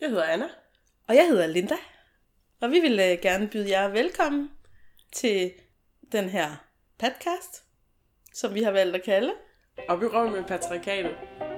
Jeg hedder Anna. Og jeg hedder Linda. Og vi vil gerne byde jer velkommen til den her podcast, som vi har valgt at kalde Op i røven med patriarkatet.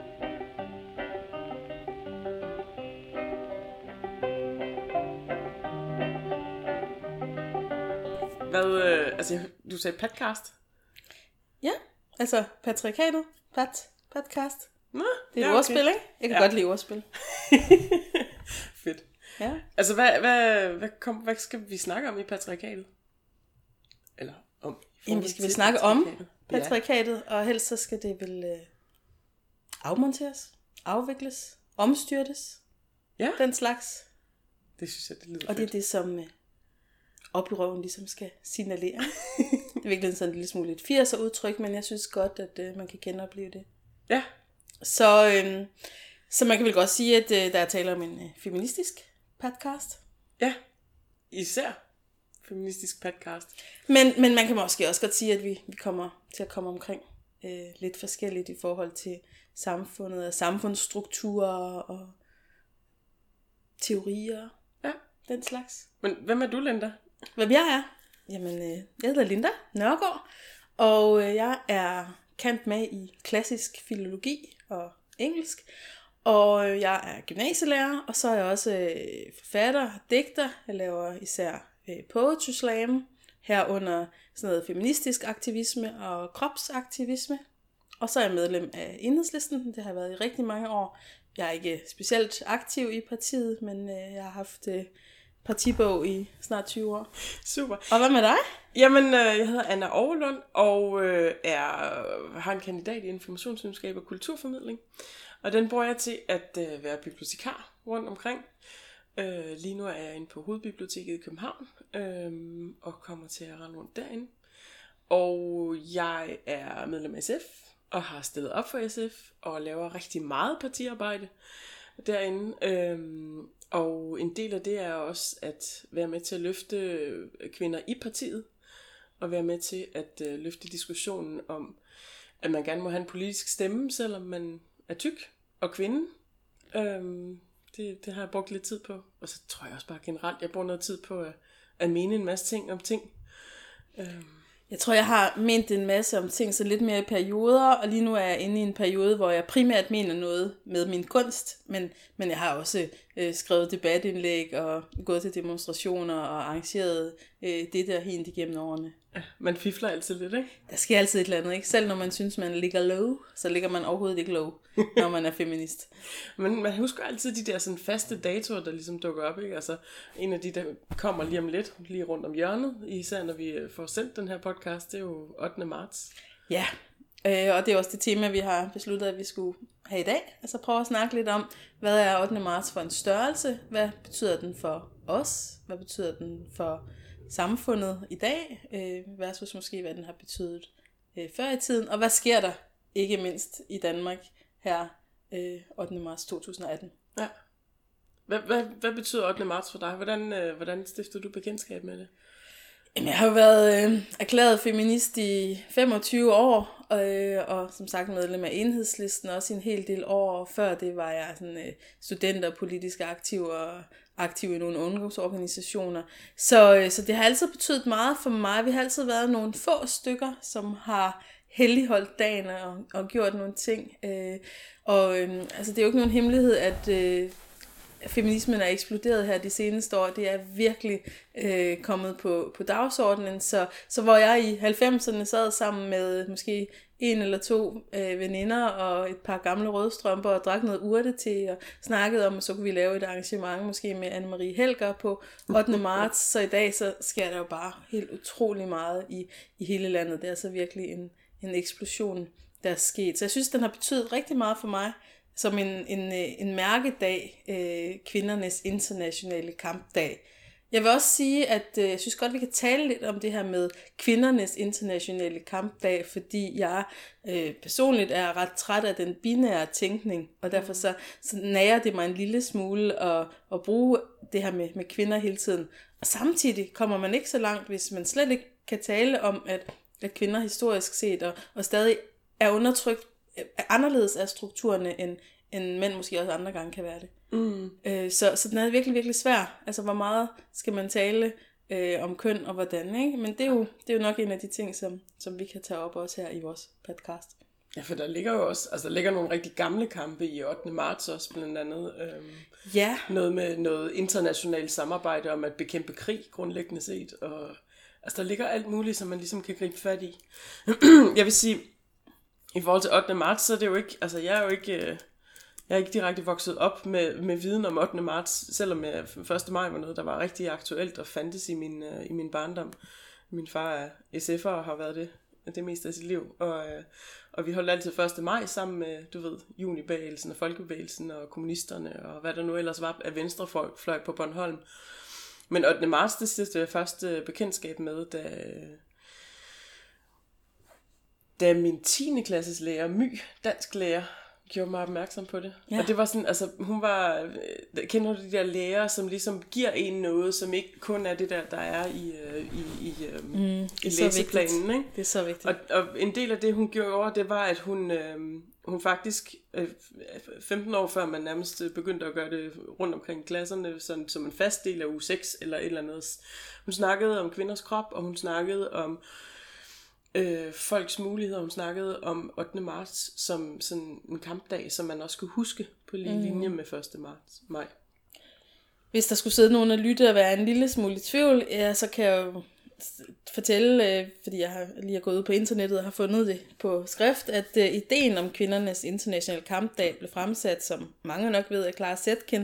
Du sagde podcast? Ja, altså patriarkatet, podcast. Nå, det er et ordspil, ikke? Jeg kan godt lide ordspil. Fedt. Ja. Altså, hvad skal vi snakke om i patriarkatet? Eller om? Jamen, vi skal vel snakke om patriarkatet, og helst så skal det vel afmonteres, afvikles, omstyrtes. Ja. Den slags. Det synes jeg, det lyder og det er det, som op i røven ligesom skal signalere. Det er virkelig sådan en lille smule et 80'er udtryk, men jeg synes godt, at man kan genopleve det. Ja. Så man kan vel godt sige, at der er tale om en feministisk podcast. Ja, især feministisk podcast. Men man kan måske også godt sige, at vi kommer til at komme omkring lidt forskelligt i forhold til samfundet og samfundsstrukturer og teorier. Ja. Den slags. Men hvem er du, Linda? Hvem jeg er? Jamen, jeg hedder Linda Nørgaard, og jeg er kendt med i klassisk filologi og engelsk. Og jeg er gymnasielærer, og så er jeg også forfatter og digter. Jeg laver især poetry slam, herunder sådan noget feministisk aktivisme og kropsaktivisme. Og så er jeg medlem af Enhedslisten. Det har jeg været i rigtig mange år. Jeg er ikke specielt aktiv i partiet, men jeg har haft partibog i snart 20 år. Super. Og hvad med dig? Jamen, jeg hedder Anna Overlund, og har en kandidat i informationsvidenskab og kulturformidling. Og den bruger jeg til at være bibliotekar rundt omkring. Lige nu er jeg inde på Hovedbiblioteket i København, og kommer til at rende rundt derinde. Og jeg er medlem af SF, og har stillet op for SF, og laver rigtig meget partiarbejde derinde. Og en del af det er også at være med til at løfte kvinder i partiet, og være med til at løfte diskussionen om, at man gerne må have en politisk stemme, selvom man er tyk og kvinde. Det har jeg brugt lidt tid på. Og så tror jeg også bare generelt, jeg bruger noget tid på at mene en masse ting om ting. Jeg tror, jeg har ment en masse om ting, så lidt mere i perioder, og lige nu er jeg inde i en periode, hvor jeg primært mener noget med min kunst, men jeg har også skrevet debatindlæg og gået til demonstrationer og arrangeret det der helt igennem årene. Ja, man fifler altid lidt, ikke? Der sker altid et eller andet, ikke? Selv når man synes, man ligger low, så ligger man overhovedet ikke low, når man er feminist. Men man husker altid de der sådan faste datoer, der ligesom dukker op, ikke? Altså, en af de, der kommer lige om lidt, lige rundt om hjørnet, især når vi får sendt den her podcast, det er jo 8. marts. Ja, og det er også det tema, vi har besluttet, at vi skulle have i dag. Altså prøve at snakke lidt om, hvad er 8. marts for en størrelse? Hvad betyder den for os? Hvad betyder den for samfundet i dag? Versus måske, hvad den har betydet før i tiden. Og hvad sker der, ikke mindst i Danmark, her 8. marts 2018? Ja. Hvad betyder 8. marts for dig? Hvordan stiftede du bekendtskab med det? Jamen, jeg har jo været erklæret feminist i 25 år, og som sagt medlem af Enhedslisten også i en hel del år. Før det var jeg sådan, student og politisk aktiv og aktiv i nogle ungdomsorganisationer. Så det har altid betydet meget for mig. Vi har altid været nogle få stykker, som har helligholdt dagen og gjort nogle ting. Altså, det er jo ikke nogen hemmelighed, at feminismen er eksploderet her de seneste år. Det er virkelig kommet på dagsordenen. Så hvor jeg i 90'erne sad sammen med måske en eller to veninder og et par gamle rødstrømper og drak noget urtete og snakkede om, at så kunne vi lave et arrangement måske med Anne-Marie Helger på 8. marts. Så i dag så sker der jo bare helt utrolig meget i hele landet. Det er altså virkelig en eksplosion, der er sket. Så jeg synes, den har betydet rigtig meget for mig som en mærkedag, kvindernes internationale kampdag. Jeg vil også sige, at jeg synes godt, vi kan tale lidt om det her med kvindernes internationale kampdag, fordi jeg personligt er ret træt af den binære tænkning, og derfor så nærer det mig en lille smule at bruge det her med kvinder hele tiden. Og samtidig kommer man ikke så langt, hvis man slet ikke kan tale om, at kvinder historisk set og stadig er undertrykt anderledes af strukturerne, end mænd måske også andre gange kan være det. Så den er virkelig, virkelig svær. Altså, hvor meget skal man tale om køn og hvordan, ikke? Men det er jo nok en af de ting, som vi kan tage op også her i vores podcast. Ja, for der ligger jo også, altså der ligger nogle rigtig gamle kampe i 8. marts også, blandt andet. Ja. Noget med noget internationalt samarbejde om at bekæmpe krig, grundlæggende set. Og, altså der ligger alt muligt, som man ligesom kan gribe fat i. Jeg vil sige, i forhold til 8. marts, så er det jo ikke, altså jeg er ikke direkte vokset op med viden om 8. marts, selvom 1. maj var noget, der var rigtig aktuelt og fandtes i min barndom. Min far er SF'er og har været det meste af sit liv. Og vi holdt altid 1. maj sammen med, du ved, junibevægelsen og folkebevægelsen og kommunisterne og hvad der nu ellers var af venstrefløj på Bornholm. Men 8. marts, det sidste jeg først bekendtskab med, da min 10. klasses lærer, dansk lærer, gjorde mig opmærksom på det. Ja. Og det var sådan, altså hun var, kender du de der lærere, som ligesom giver en noget, som ikke kun er det der er i læseplanen, ikke? Det er så vigtigt. Og en del af det, hun gjorde, det var, at hun faktisk, 15 år før man nærmest begyndte at gøre det rundt omkring klasserne, sådan, som en fast del af uge 6 eller et eller andet. Hun snakkede om kvinders krop, og hun snakkede om folks muligheder. Hun snakkede om 8. marts som sådan en kampdag, som man også skulle huske på lige linje med 1. maj. Hvis der skulle sidde nogen og lytte og være en lille smule i tvivl, ja, så kan jeg jo fortælle, fordi jeg lige har gået ud på internettet og har fundet det på skrift, at ideen om kvindernes internationale kampdag blev fremsat, som mange nok ved, af Clara Zetkin,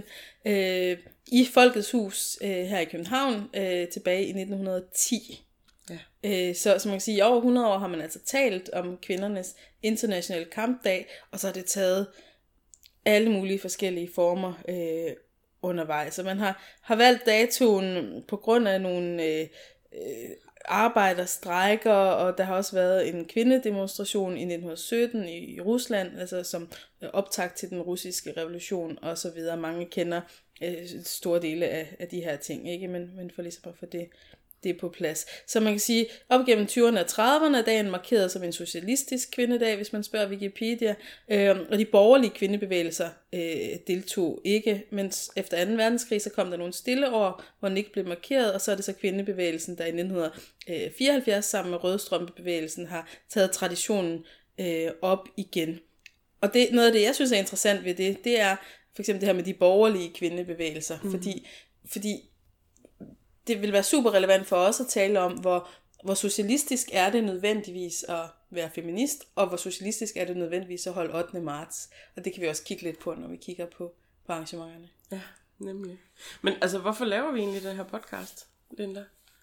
i Folkets Hus her i København tilbage i 1910. Ja. Så man kan sige, i over 100 år har man altså talt om kvindernes internationale kampdag, og så har det taget alle mulige forskellige former undervejs. Så man har valgt datoen på grund af nogle arbejderstrejker, og der har også været en kvindedemonstration i 1917 i Rusland, altså som optakt til den russiske revolution og så videre. Mange kender store dele af de her ting, ikke? Men for ligesom at få det på plads. Så man kan sige, op gennem 20'erne og 30'erne er dagen markeret som en socialistisk kvindedag, hvis man spørger Wikipedia, og de borgerlige kvindebevægelser deltog ikke, mens efter 2. verdenskrig, så kom der nogle stille år, hvor den ikke blev markeret, og så er det så kvindebevægelsen, der i 1974 sammen med Rødstrømpebevægelsen har taget traditionen op igen. Og det, noget af det, jeg synes er interessant ved det er for eksempel det her med de borgerlige kvindebevægelser, fordi det vil være super relevant for os at tale om, hvor socialistisk er det nødvendigvis at være feminist, og hvor socialistisk er det nødvendigvis at holde 8. marts. Og det kan vi også kigge lidt på, når vi kigger på arrangementerne. Ja, nemlig. Men altså, hvorfor laver vi egentlig den her podcast, Linda?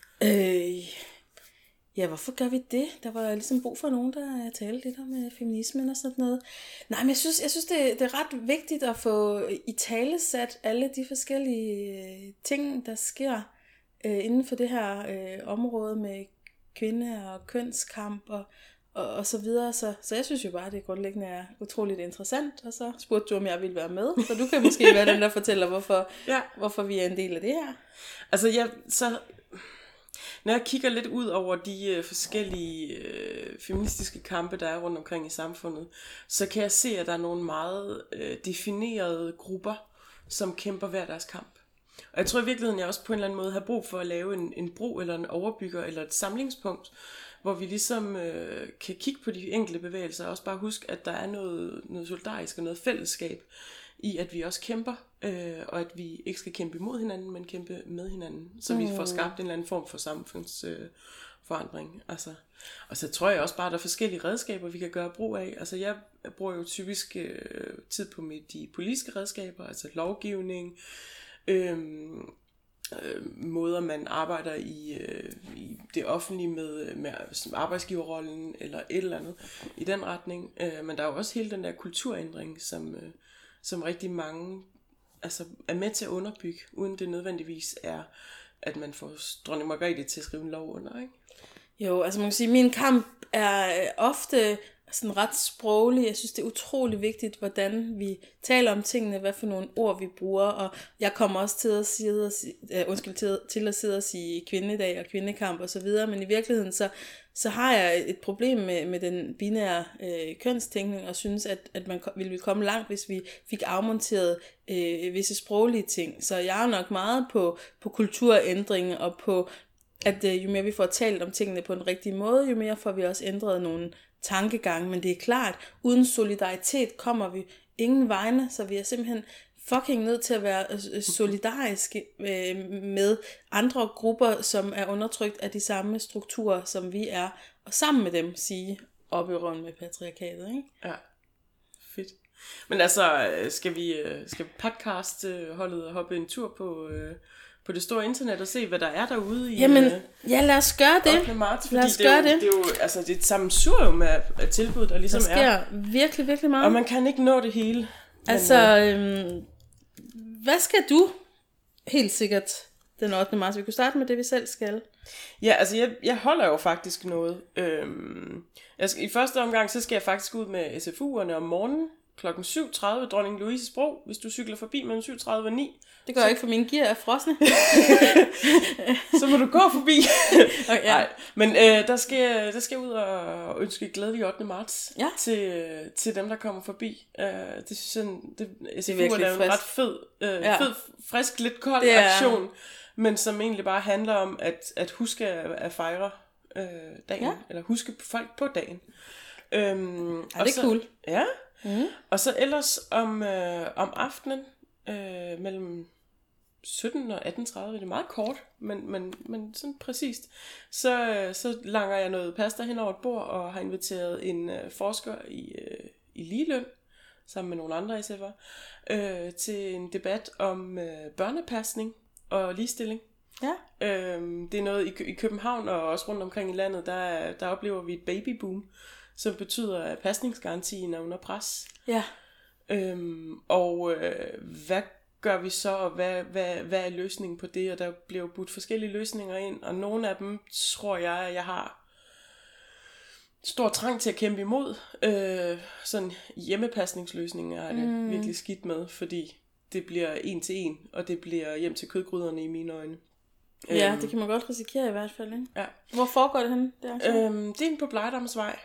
Ja, hvorfor gør vi det? Der var ligesom brug for nogen, der talte lidt om feminismen og sådan noget. Nej, men jeg synes det er ret vigtigt at få italesat alle de forskellige ting, der sker inden for det her område med kvinde- og kønskamp og så videre. Så jeg synes jo bare, at det grundlæggende er utroligt interessant. Og så spurgte du, om jeg ville være med. Så du kan måske være den, der fortæller, hvorfor vi er en del af det her. Altså, når jeg kigger lidt ud over de forskellige feministiske kampe, der er rundt omkring i samfundet, så kan jeg se, at der er nogle meget definerede grupper, som kæmper hver deres kamp. Og jeg tror i virkeligheden, jeg også på en eller anden måde har brug for at lave en bro eller en overbygger eller et samlingspunkt, hvor vi ligesom kan kigge på de enkelte bevægelser og også bare huske, at der er noget solidarisk og noget fællesskab i, at vi også kæmper, og at vi ikke skal kæmpe imod hinanden, men kæmpe med hinanden, så vi får skabt en eller anden form for samfundsforandring. Altså. Og så tror jeg også bare, at der er forskellige redskaber, vi kan gøre brug af. Altså jeg bruger jo typisk tid på de politiske redskaber, altså lovgivning, måder man arbejder i det offentlige med arbejdsgiverrollen eller et eller andet i den retning, men der er jo også hele den der kulturændring, som rigtig mange altså er med til at underbygge, uden det nødvendigvis er, at man får dronning Margrethe til at skrive en lov under, ikke? Jo, altså man kan sige, min kamp er ofte sådan ret sproglig. Jeg synes, det er utrolig vigtigt, hvordan vi taler om tingene, hvad for nogle ord vi bruger, og jeg kommer også til at sidde og sige kvindedag og kvindekamp og så videre, men i virkeligheden så har jeg et problem med den binære kønstænkning, og synes, at man ville komme langt, hvis vi fik afmonteret visse sproglige ting. Så jeg er nok meget på kulturændring, og på, at jo mere vi får talt om tingene på den rigtige måde, jo mere får vi også ændret nogle tankegange. Men det er klart, uden solidaritet kommer vi ingen vegne, så vi er simpelthen fucking nødt til at være solidariske med andre grupper, som er undertrykt af de samme strukturer, som vi er, og sammen med dem sige op i røven med patriarkatet, ikke? Ja, fedt. Men altså, skal podcastholdet hoppe en tur på det store internet og se, hvad der er derude i... Jamen, ja, lad os gøre det. 8. marts, lad os gøre det. Det er jo altså, det er et sammensurium af tilbud, der ligesom er. Der sker virkelig, virkelig meget. Og man kan ikke nå det hele. Altså, hvad skal du helt sikkert den 8. marts? Vi kunne starte med det, vi selv skal. Ja, altså jeg holder jo faktisk noget. I første omgang, så skal jeg faktisk ud med SFU'erne om morgenen kl. 7.30, Dronning Louises Bro, hvis du cykler forbi mellem 7.30 og 9. Det gør jeg ikke, for mine gear er frosne. Så må du gå forbi. Okay, ja. Men der skal ud og ønske glædelig 8. marts til dem, der kommer forbi. Det synes jeg, SFU er en ret fed, frisk, lidt kold aktion, men som egentlig bare handler om at huske at fejre dagen, eller huske folk på dagen. Det er cool. Ja. Mm. Og så ellers om aftenen mellem 17 og 18.30, det er meget kort, men sådan præcist, så langer jeg noget pasta hen over et bord, og har inviteret en forsker i ligeløn, sammen med nogle andre SF'er, til en debat om børnepasning og ligestilling. Ja. Det er noget i København, og også rundt omkring i landet, der oplever vi et babyboom, som betyder, at pasningsgarantien er under pres. Ja. Hvad gør vi så, og hvad er løsningen på det? Og der bliver budt forskellige løsninger ind, og nogle af dem tror jeg har stor trang til at kæmpe imod. Sådan hjemmepasningsløsninger er det virkelig skidt med, fordi det bliver 1-til-1, og det bliver hjem til kødgryderne i mine øjne. Ja, det kan man godt risikere i hvert fald, ikke? Ja. Hvor foregår det henne? Det er inde på Blejdamsvej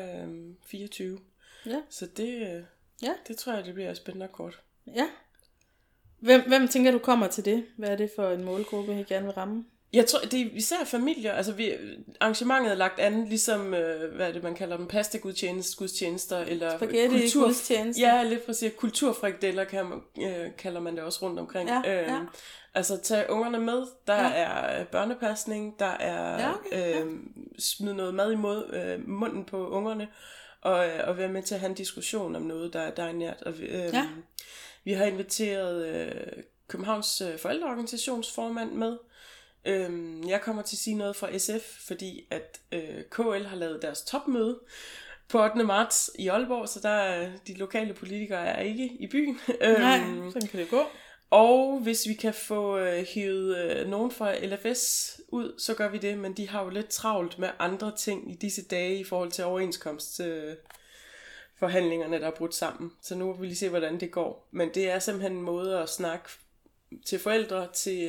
24. Ja. Så det tror jeg, det bliver spændende og kort. Ja. Hvem tænker du kommer til det? Hvad er det for en målgruppe, I gerne vil ramme? Jeg tror, det er især familier. Altså, arrangementet er lagt an, ligesom, hvad er det, man kalder dem, pasta-gudstjenester, eller spaghetti-gudstjenester. Ja, lidt præcis. Kulturfrikadeller kalder man det også rundt omkring. Ja. Altså, tag ungerne med. Der er børnepasning, der er smid noget mad i munden på ungerne, og være med til at have en diskussion om noget, der er nært. Og, vi har inviteret Københavns forældreorganisationsformand med. Jeg kommer til at sige noget fra SF, fordi at KL har lavet deres topmøde på 8. marts i Aalborg, så de lokale politikere er ikke i byen. Nej, sådan kan det gå. Og hvis vi kan få hivet nogen fra LFS ud, så gør vi det, men de har jo lidt travlt med andre ting i disse dage i forhold til overenskomstforhandlingerne, der er brudt sammen. Så nu vil vi lige se, hvordan det går. Men det er simpelthen en måde at snakke til forældre,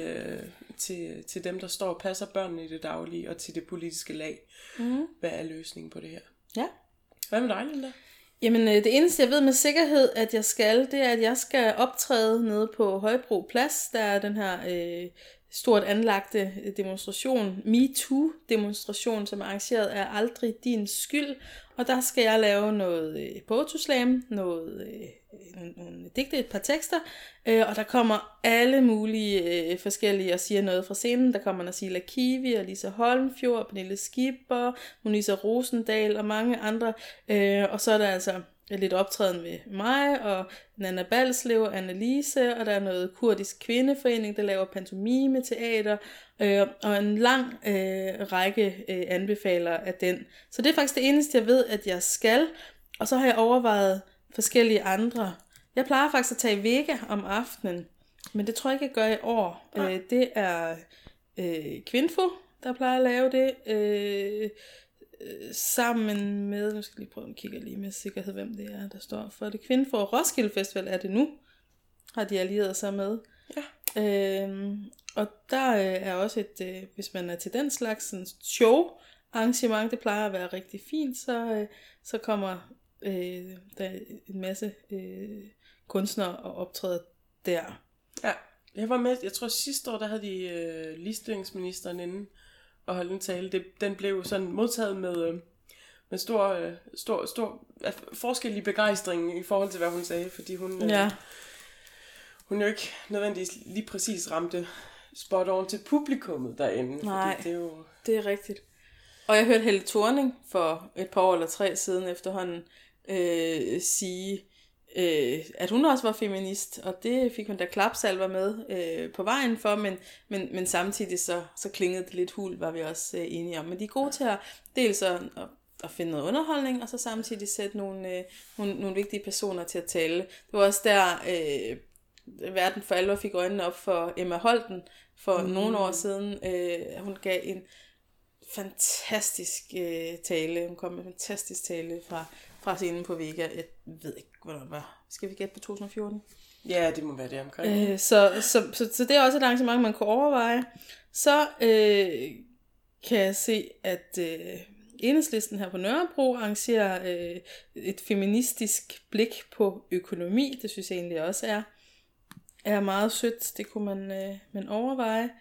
til dem, der står og passer børnene i det daglige, og til det politiske lag. Hvad er løsningen på det her? Ja. Hvad med dig, Linda? Jamen, det eneste, jeg ved med sikkerhed, at jeg skal, det er, at jeg skal optræde nede på Højbro Plads. Der er den her stort anlagte demonstration, MeToo-demonstration, som er arrangeret af Aldrig Din Skyld. Og der skal jeg lave noget poetry slam, nogle digte, et par tekster, og der kommer alle mulige forskellige og siger noget fra scenen. Der kommer Nasila Kiwi og Lisa Holmfjord, Pernille Skipper, Monisa Rosendal og mange andre. Og så er der altså lidt optræden med mig og Nana Balslev og Annelise, og der er noget kurdisk kvindeforening, der laver pantomime-teater, og en lang række anbefaler af den. Så det er faktisk det eneste, jeg ved, at jeg skal. Og så har jeg overvejet forskellige andre. Jeg plejer faktisk at tage Vega om aftenen, men det tror jeg ikke, jeg gør i år. Det er Kvinfo, der plejer at lave det. sammen med, nu skal jeg lige prøve at kigge lige med sikkerhed, hvem det er, der står for det. Kvindefor Roskilde Festival er det nu, har de allieret sig med. Ja. Og der er også et, hvis man er til den slags sådan show arrangement, det plejer at være rigtig fint, så kommer der en masse kunstnere og optræder der. Ja, jeg var med, jeg tror sidste år, der havde de ligestillingsministeren inde og holdt en tale. Den blev sådan modtaget med stor forskel i begejstring i forhold til, hvad hun sagde, fordi hun jo ikke nødvendigvis lige præcis ramte spot on til publikummet derinde. Nej, fordi det er rigtigt. Og jeg hørte Helle Thorning for et par år eller 3 siden efterhånden sige, at hun også var feminist, og det fik hun da klapsalver med på vejen for, men samtidig så klingede det lidt hul, var vi også enige om. Men de er gode til at dels at finde noget underholdning, og så samtidig sætte nogle vigtige personer til at tale. Det var også der, verden for alvor fik øjnene op for Emma Holten for nogle år siden. Hun gav en fantastisk tale. Hun kom med en fantastisk tale fra scenen på Vega. Jeg ved ikke, hvornår det var. Skal vi gætte på 2014? Ja, det må være det omkring. Så det er også et arrangement, man kan overveje. Så kan jeg se, at Enhedslisten her på Nørrebro arrangerer et feministisk blik på økonomi. Det synes jeg egentlig også er meget sødt. Det kunne man overveje.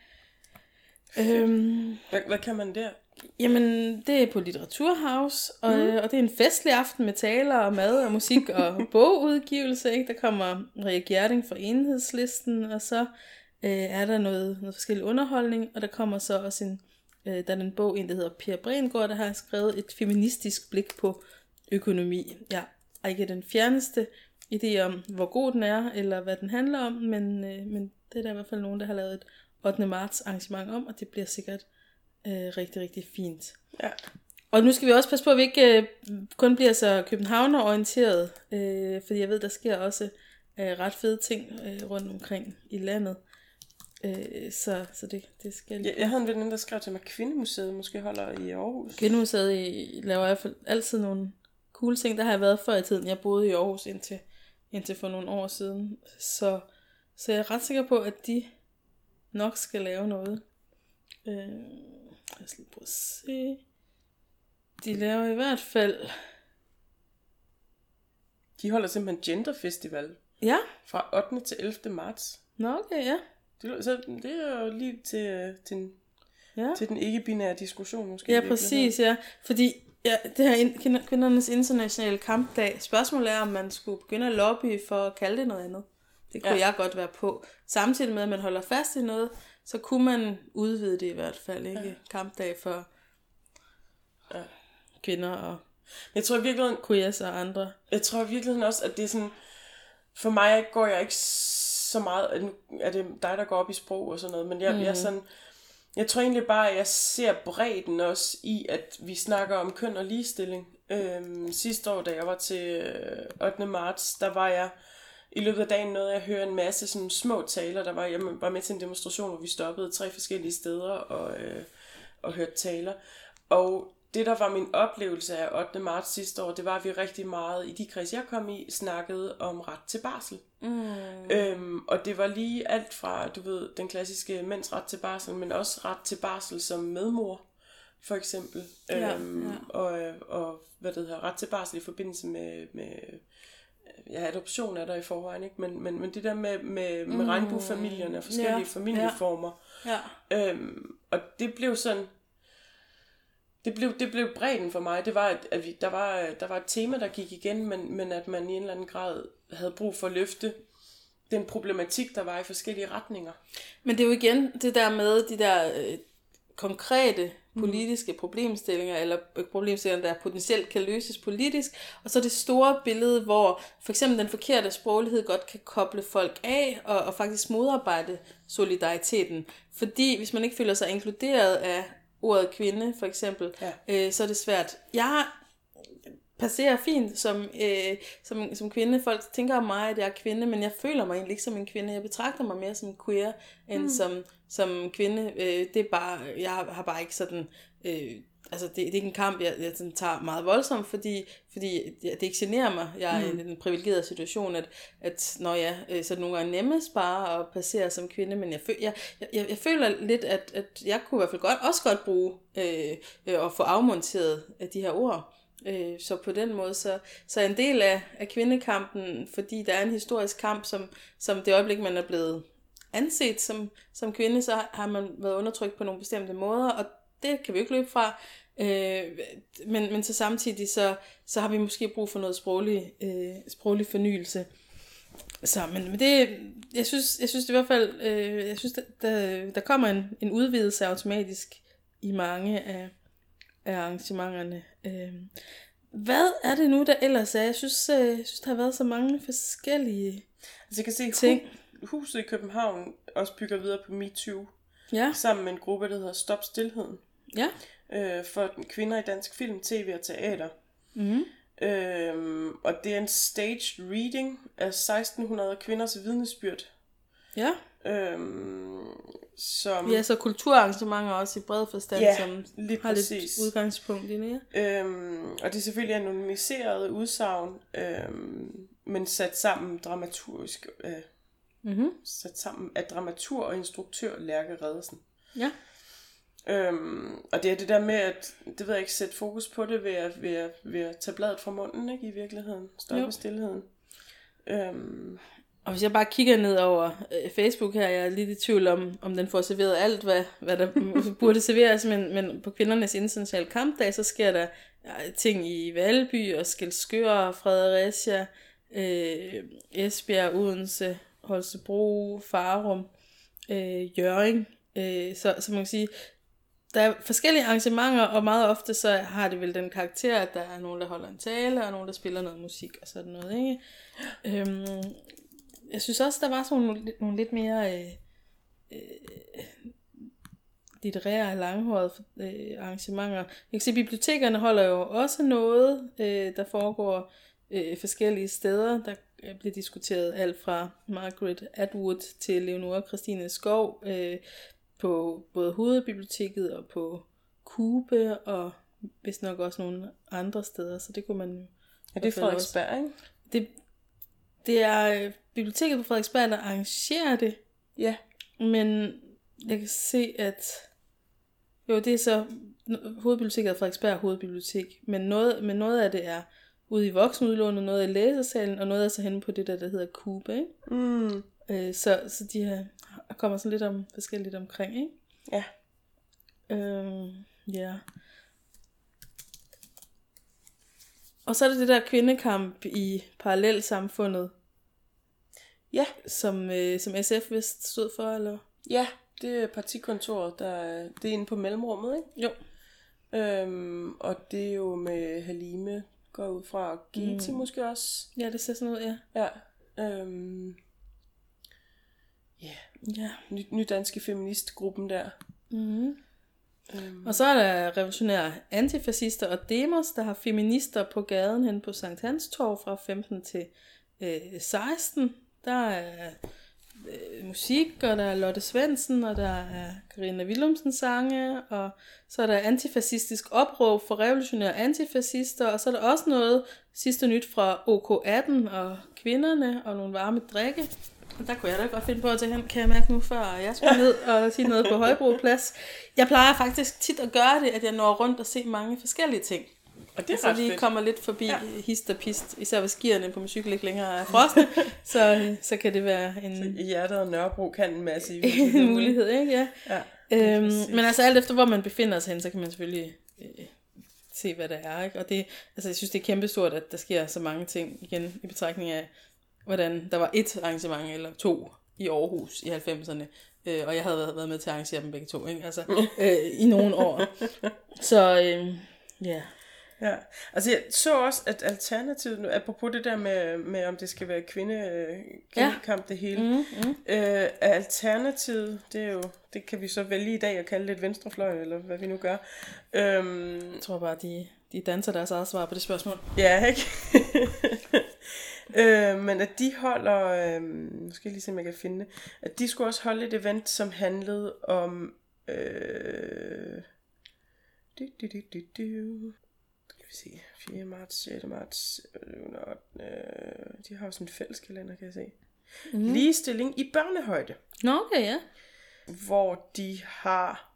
Hvad kan man der? Jamen, det er på Litteraturhaus, og det er en festlig aften med taler og mad og musik og bogudgivelse. Ikke? Der kommer Ria Gjerding fra Enhedslisten, og så er der noget forskellig underholdning, og der kommer så også der er en bog, der hedder Pia Brengård, der har skrevet et feministisk blik på økonomi. Jeg har ikke den fjerneste idé om, hvor god den er, eller hvad den handler om, men det er der i hvert fald nogen, der har lavet et 8. marts arrangement om, og det bliver sikkert rigtig, rigtig fint. Ja. Og nu skal vi også passe på, at vi ikke kun bliver så københavner-orienteret, fordi jeg ved, der sker også ret fede ting rundt omkring i landet. Så det skal... Jeg havde en veninde, der skrev til mig, at Kvindemuseet måske holder i Aarhus. Kvindemuseet laver i hvert fald altid nogle cool ting. Der har jeg været før i tiden. Jeg boede i Aarhus indtil for nogle år siden. Så jeg er ret sikker på, at de nok skal lave noget. Jeg skal lige prøve at se. De laver i hvert fald... De holder simpelthen Genderfestival. Ja. Fra 8. til 11. marts. Nå, okay, ja. Så det er jo lige til den ikke-binære diskussion måske. Ja, præcis, ja. Fordi det her kvindernes internationale kampdag, spørgsmålet er, om man skulle begynde at lobby for at kalde det noget andet. Det kunne jeg godt være på. Samtidig med, at man holder fast i noget, så kunne man udvide det i hvert fald, ikke? Ja. Kampdag for kvinder og jeg tror i virkeligheden, queers og andre. Jeg tror i virkeligheden også, at det er sådan, for mig går jeg ikke så meget, nu er det dig, der går op i sprog og sådan noget, men jeg tror egentlig bare, at jeg ser bredden også i, at vi snakker om køn og ligestilling. Sidste år, da jeg var til 8. marts, der var jeg i løbet af dagen nåede jeg høre en masse sådan små taler. Jeg var med til en demonstration, hvor vi stoppede 3 forskellige steder og hørte taler. Og det, der var min oplevelse af 8. marts sidste år, det var, at vi rigtig meget i de kreds, jeg kom i, snakkede om ret til barsel. Og det var lige alt fra, du ved, den klassiske mænds ret til barsel, men også ret til barsel som medmor, for eksempel. Og hvad det hedder, ret til barsel i forbindelse med adoption er der i forvejen, ikke? Men det der med regnbuefamilierne og forskellige familieformer. Ja. Og det blev sådan... Det blev bredden for mig. Det var, at der var et tema, der gik igen, men at man i en eller anden grad havde brug for at løfte den problematik, der var i forskellige retninger. Men det er jo igen det der med de der konkrete politiske problemstillinger, eller problemstillinger, der potentielt kan løses politisk, og så det store billede, hvor for eksempel den forkerte sproglighed godt kan koble folk af, og faktisk modarbejde solidariteten. Fordi hvis man ikke føler sig inkluderet af ordet kvinde, for eksempel, så er det svært. Jeg passerer fint som kvinde. Folk tænker om mig, at jeg er kvinde, men jeg føler mig egentlig ikke som en kvinde. Jeg betragter mig mere som queer, end som kvinde. Det er bare, jeg har bare ikke sådan altså det er ikke en kamp, jeg sådan tager meget voldsomt, fordi det ikke generer mig. Jeg er i en privilegeret situation, at når jeg så nogle gange nemmest bare at passere som kvinde, men jeg føler lidt, at jeg kunne i hvert fald også godt bruge at få afmonteret de her ord. Så på den måde, så er en del af kvindekampen, fordi der er en historisk kamp, som det øjeblik, man er blevet anset som kvinde, så har man været undertrykt på nogle bestemte måder, og det kan vi jo ikke løbe fra. Men så samtidig, så har vi måske brug for noget sproglig fornyelse. Så, men det, jeg synes i hvert fald, jeg synes, der kommer en udvidelse automatisk i mange af arrangementerne. Hvad er det nu, der ellers er? Jeg synes, der har været så mange forskellige jeg kan se, ting. Huset i København også bygger videre på MeToo. Ja. Sammen med en gruppe, der hedder Stop Stilheden. Ja. For kvinder i dansk film, tv og teater. Mm. Og det er en staged reading af 1600 kvinders vidnesbyrd. Ja. Som... Ja, så kulturarrangementer også i bred forstand, ja, som lige har præcis. lidt udgangspunkt i det. Og det er selvfølgelig anonymiseret udsagn, men sat sammen dramaturgisk. Sat sammen af dramatur og instruktør Lærke Reddersen. Ja. Og det er det der med at, det ved jeg ikke, sætte fokus på det ved at tage bladet fra munden, ikke, i virkeligheden. Stoppe stilheden. Og hvis jeg bare kigger ned over Facebook her, jeg er lidt i tvivl om den får serveret alt, hvad der burde serveres, men på kvindernes internationale kampdag, så sker der ting i Valby og Skælskør, Fredericia, Esbjerg, Odense, Holstebro, Farum, Hjørring. Så man kan sige, der er forskellige arrangementer, og meget ofte så har det vel den karakter, at der er nogen, der holder en tale, og nogen, der spiller noget musik og sådan noget, ikke? Jeg synes også, der var sådan nogle lidt mere litterære, langhårede arrangementer. Jeg kan se, at bibliotekerne holder jo også noget, der foregår forskellige steder. Der bliver diskuteret alt fra Margaret Atwood til Leonora Christine Skov på både Hovedbiblioteket og på Kube, og vist nok også nogle andre steder, så det kunne man... Ja, det er Frederiksberg, ikke? Det er biblioteket på Frederiksberg, der arrangerer det. Ja. Men jeg kan se, at... Jo, det er så... Hovedbiblioteket er Frederiksberg Hovedbibliotek. Men noget af det er ude i voksenudlånet, noget i læsersalen, og noget er så henne på det der hedder Kube, ikke? Mm. Så de her kommer sådan lidt forskelligt omkring, ikke? Ja. Ja. Og så er det der kvindekamp i parallelsamfundet. Ja. Som SF vist stod for, eller? Ja, det er partikontoret, det er inde på mellemrummet, ikke? Jo. Og det er jo med Halime, går ud fra Giti måske også. Ja, det ser sådan ud, ja. Ja. Ja. Nydanske feministgruppen der. Mm. Og så er der revolutionære antifascister og demos, der har feminister på gaden hen på Sankt Hans Torv fra 15 til 16. Der er musik, og der er Lotte Svendsen, og der er Carina Willumsen sange, og så er der antifascistisk opråb for revolutionære antifascister, og så er der også noget sidste nyt fra OK18 og kvinderne, og nogle varme drikke. Og der kunne jeg da godt finde på at tage hen, kan jeg mærke nu, før jeg skulle ned og sige noget på Højbroplads. Jeg plejer faktisk tit at gøre det, at jeg når rundt og se mange forskellige ting. Og det er så lige kommer lidt forbi hist og pist, især hvis gearne på min cykel ikke længere er frosne, så kan det være en... Så hjertet og Nørrebro kan en masse en mulighed, ikke? Ja. Ja, men altså alt efter, hvor man befinder sig hen, så kan man selvfølgelig se, hvad der er, ikke? Og det, altså jeg synes, det er kæmpestort, at der sker så mange ting, igen, i betragtning af, hvordan der var et arrangement eller to i Aarhus i 90'erne, og jeg havde været med til at arrangere dem begge to, ikke? Altså, i nogle år. Så, ja... Ja, altså jeg så også, at alternativet, apropos det der med om det skal være kvindekamp det hele, alternativet, det kan vi så vælge i dag at kalde det et venstrefløj, eller hvad vi nu gør. Jeg tror bare, de danser deres eget svar på det spørgsmål. Ja, ikke? Men at de holder, nu skal jeg lige se, om jeg kan finde det, at de skulle også holde et event, som handlede om... Skal vi se. 4. marts, 6. marts. De har jo sådan en fælles kalender, kan jeg se. Ligestilling i børnehøjde. Nå, okay, ja. Hvor de har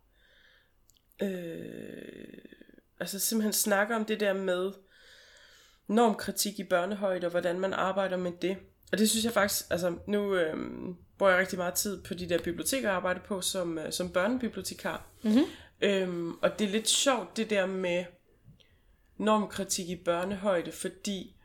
altså simpelthen snakker om det der med normkritik i børnehøjde, og hvordan man arbejder med det. Og det synes jeg faktisk, altså nu bruger jeg rigtig meget tid på de der biblioteker, jeg arbejder på som børnebibliotekar. Og det er lidt sjovt det der med normkritik i børnehøjde, fordi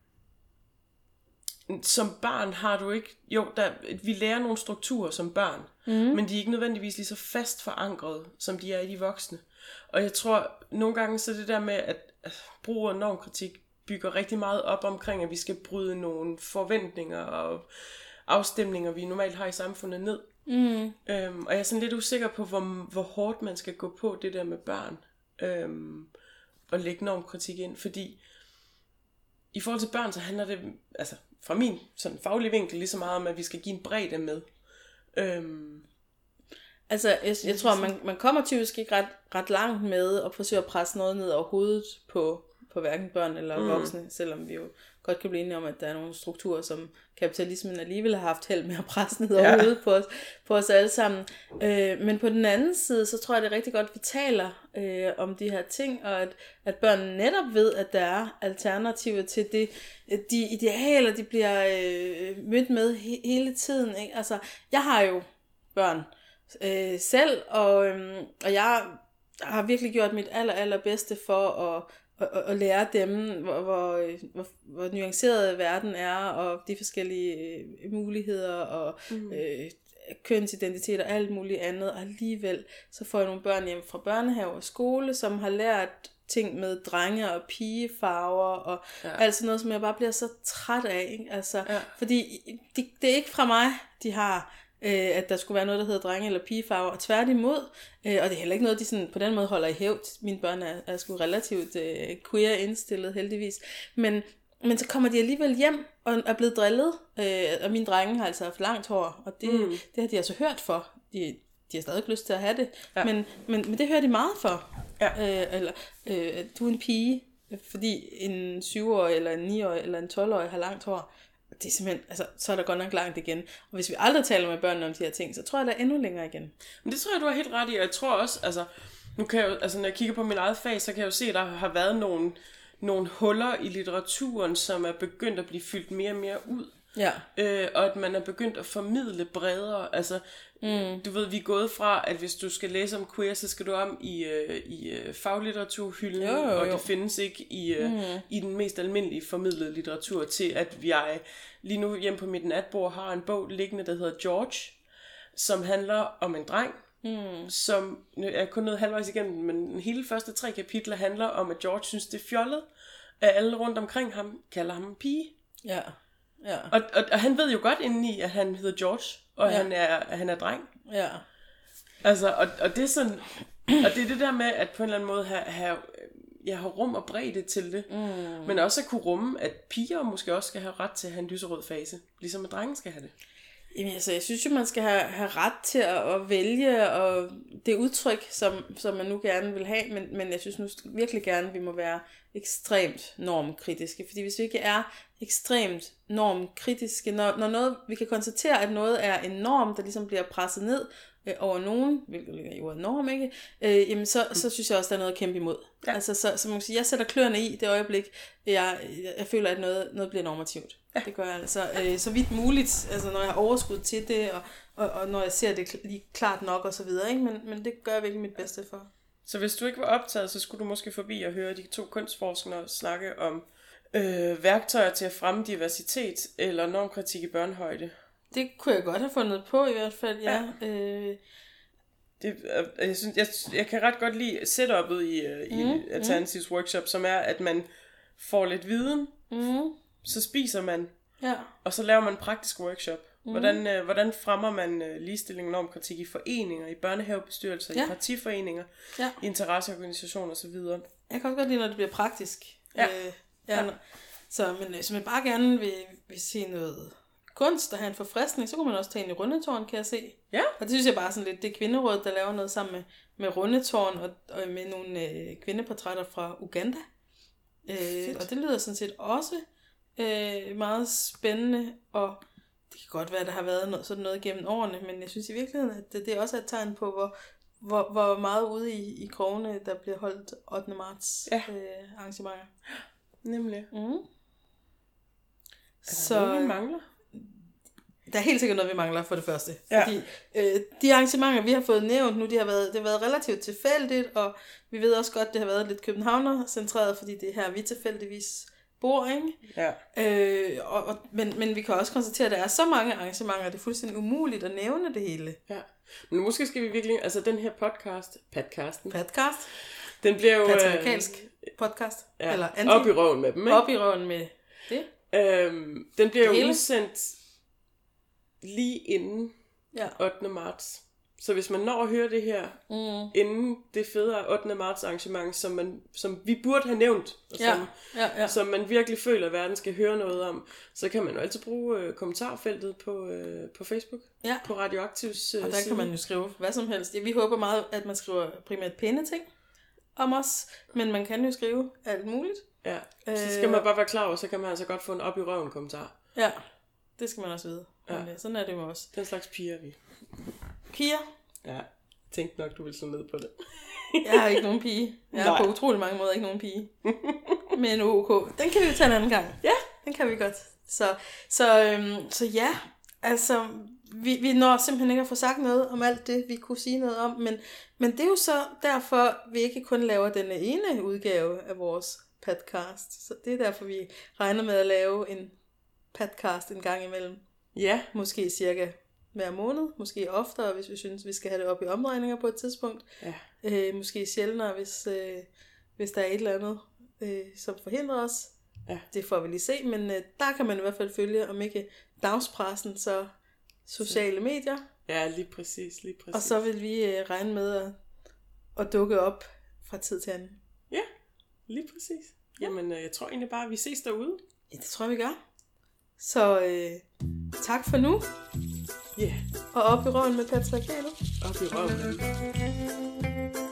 som barn har du ikke, vi lærer nogle strukturer som børn, men de er ikke nødvendigvis lige så fast forankret, som de er i de voksne. Og jeg tror, nogle gange så det der med, at brug af normkritik bygger rigtig meget op omkring, at vi skal bryde nogle forventninger og afstemninger, vi normalt har i samfundet ned. Og jeg er sådan lidt usikker på, hvor hårdt man skal gå på det der med børn, og lægge normkritik ind, fordi i forhold til børn, så handler det, altså fra min sådan faglige vinkel, lige så meget om, at vi skal give en bredde med. Altså, jeg tror, man kommer typisk ikke ret langt med at forsøge at presse noget ned over hovedet på hverken børn eller voksne, selvom vi jo godt kan blive enige om, at der er nogle strukturer, som kapitalismen alligevel har haft held med at presse ned over hovedet på os alle sammen. Men på den anden side, så tror jeg, det er rigtig godt, at vi taler om de her ting, og at børn netop ved, at der er alternativer til det, de idealer, de bliver mødt med hele tiden. Ikke? Altså, jeg har jo børn selv, og jeg har virkelig gjort mit allerbedste for at lære dem, hvor nuanceret verden er, og de forskellige muligheder, og kønsidentitet og alt muligt andet, og alligevel så får jeg nogle børn hjem fra børnehave og skole, som har lært ting med drenge- og pigefarver, og altså noget, som jeg bare bliver så træt af, ikke? Altså, fordi det er ikke fra mig, de har, at der skulle være noget, der hedder drenge- eller pigefarver, og tværtimod, og det er heller ikke noget, de sådan på den måde holder i hævd. Mine børn er sgu relativt queer indstillet, heldigvis, men så kommer de alligevel hjem og er blevet drillet, og mine drenge har altså haft langt hår, og det har de altså hørt for. De har stadig ikke lyst til at have det, men det hører de meget for. Du er en pige, fordi en 7-årig, eller en 9-årig, eller en 12-årig har langt hår. Det er simpelthen, altså, så er der godt nok langt igen. Og hvis vi aldrig taler med børnene om de her ting, så tror jeg, der er endnu længere igen. Men det tror jeg, du har helt ret i, og jeg tror også, altså, nu kan jeg jo, altså, når jeg kigger på mit eget fag, så kan jeg jo se, at der har været nogle huller i litteraturen, som er begyndt at blive fyldt mere og mere ud. Ja. Og at man er begyndt at formidle bredere. Altså, du ved, vi er gået fra, at hvis du skal læse om queer, så skal du om i faglitteraturhylden, og det findes ikke i den mest almindelige formidlede litteratur, til at jeg lige nu hjemme på mit natbord har en bog liggende, der hedder George, som handler om en dreng, som jeg er kun nået halvvejs igennem, men hele første 3 kapitler handler om, at George synes, det er fjollet, at alle rundt omkring ham kalder ham en pige. Ja. Ja. Og han ved jo godt indeni, at han hedder George, og han er dreng. Ja. Altså, og det er sådan, og det er det der med, at på en eller anden måde jeg har rum og bredde til det, men også at kunne rumme, at piger måske også skal have ret til at have en lyserød fase, ligesom at drengen skal have det. Jamen altså, jeg synes jo, man skal have ret til at vælge og det udtryk, som man nu gerne vil have, men jeg synes nu virkelig gerne, at vi må være ekstremt normkritiske, fordi hvis vi ikke er ekstremt normkritiske, når noget, vi kan konstatere, at noget er en norm, der ligesom bliver presset ned over nogen, hvilket ligger i ordet norm, ikke? Jamen så synes jeg også, der er noget at kæmpe imod. Ja. Altså, så man kan sige, jeg sætter kløerne i det øjeblik, jeg føler, at noget bliver normativt. Ja. Det gør jeg altså så vidt muligt, altså når jeg har overskud til det, og når jeg ser det lige klart nok og så videre, ikke? Men det gør jeg virkelig mit bedste for. Så hvis du ikke var optaget, så skulle du måske forbi og høre de 2 kunstforskere snakke om værktøjer til at fremme diversitet eller normkritik i børnehøjde. Det kunne jeg godt have fundet på i hvert fald, ja. Jeg kan ret godt lide setup'et i Alternativs workshop, som er, at man får lidt viden, så spiser man, og så laver man en praktisk workshop. Hvordan fremmer man ligestilling og normkritik i foreninger, i børnehavebestyrelser, i partiforeninger, i interesseorganisationer osv. Jeg kan også godt lide, når det bliver praktisk. Så man bare gerne vil se noget kunst og have en forfriskning, så kunne man også tage ind i Rundetårn, kan jeg se. Ja. Og det synes jeg bare sådan lidt, det er Kvinderådet, der laver noget sammen med Rundetårn og med nogle kvindeportrætter fra Uganda. Og det lyder sådan set også meget spændende, og det kan godt være, at der har været sådan noget gennem årene, men jeg synes i virkeligheden, at det også er et tegn på, hvor meget ude i krogene, der bliver holdt 8. marts arrangementer. Nemlig. Så noget, vi mangler? Der er helt sikkert noget, vi mangler for det første. Ja. Fordi de arrangementer, vi har fået nævnt nu, det har været relativt tilfældigt, og vi ved også godt, det har været lidt københavner-centreret, fordi det er her, vi tilfældigvis bor, ikke? Ja. Men vi kan også konstatere, at der er så mange arrangementer, det er fuldstændig umuligt at nævne det hele. Ja. Men måske skal vi virkelig, altså den her podcast, den bliver jo... Patriarkalsk podcast. Ja, eller op i røven med dem, ikke? Op i røven med det. Den bliver jo udsendt lige inden 8. marts. Så hvis man når at høre det her, inden det fede 8. marts arrangement, som vi burde have nævnt, og som man virkelig føler, at verden skal høre noget om, så kan man jo altid bruge kommentarfeltet på Facebook, på Radioaktivs side. Og der kan man jo skrive hvad som helst. Vi håber meget, at man skriver primært pæne ting om os, men man kan jo skrive alt muligt. Ja, så skal man bare være klar over, så kan man altså godt få en op i røven kommentar. Ja, det skal man også vide. Ja. Men sådan er det jo også. Den slags piger vi. Piger? Ja, tænkte nok, du ville slå ned på det. Jeg har ikke nogen pige. Jeg har på utrolig mange måder ikke nogen pige. Men OK. Den kan vi jo tage en anden gang. Ja, den kan vi godt. Så ja, altså, vi når simpelthen ikke at få sagt noget om alt det, vi kunne sige noget om. Men det er jo så derfor, vi ikke kun laver denne ene udgave af vores podcast. Så det er derfor, vi regner med at lave en podcast en gang imellem. Ja. Måske cirka hver måned, måske oftere, hvis vi synes, vi skal have det op i omdrejninger på et tidspunkt. Ja. Måske sjældnere, hvis der er et eller andet, som forhindrer os. Ja. Det får vi lige se, men der kan man i hvert fald følge, om ikke dagspressen, så sociale medier. Ja, lige præcis. Og så vil vi regne med at dukke op fra tid til anden. Ja, lige præcis. Jamen, jeg tror egentlig bare, at vi ses derude. Ja, det tror jeg, vi gør. Så tak for nu. Ja. Og op i røven med patriarkatet. Op i røven.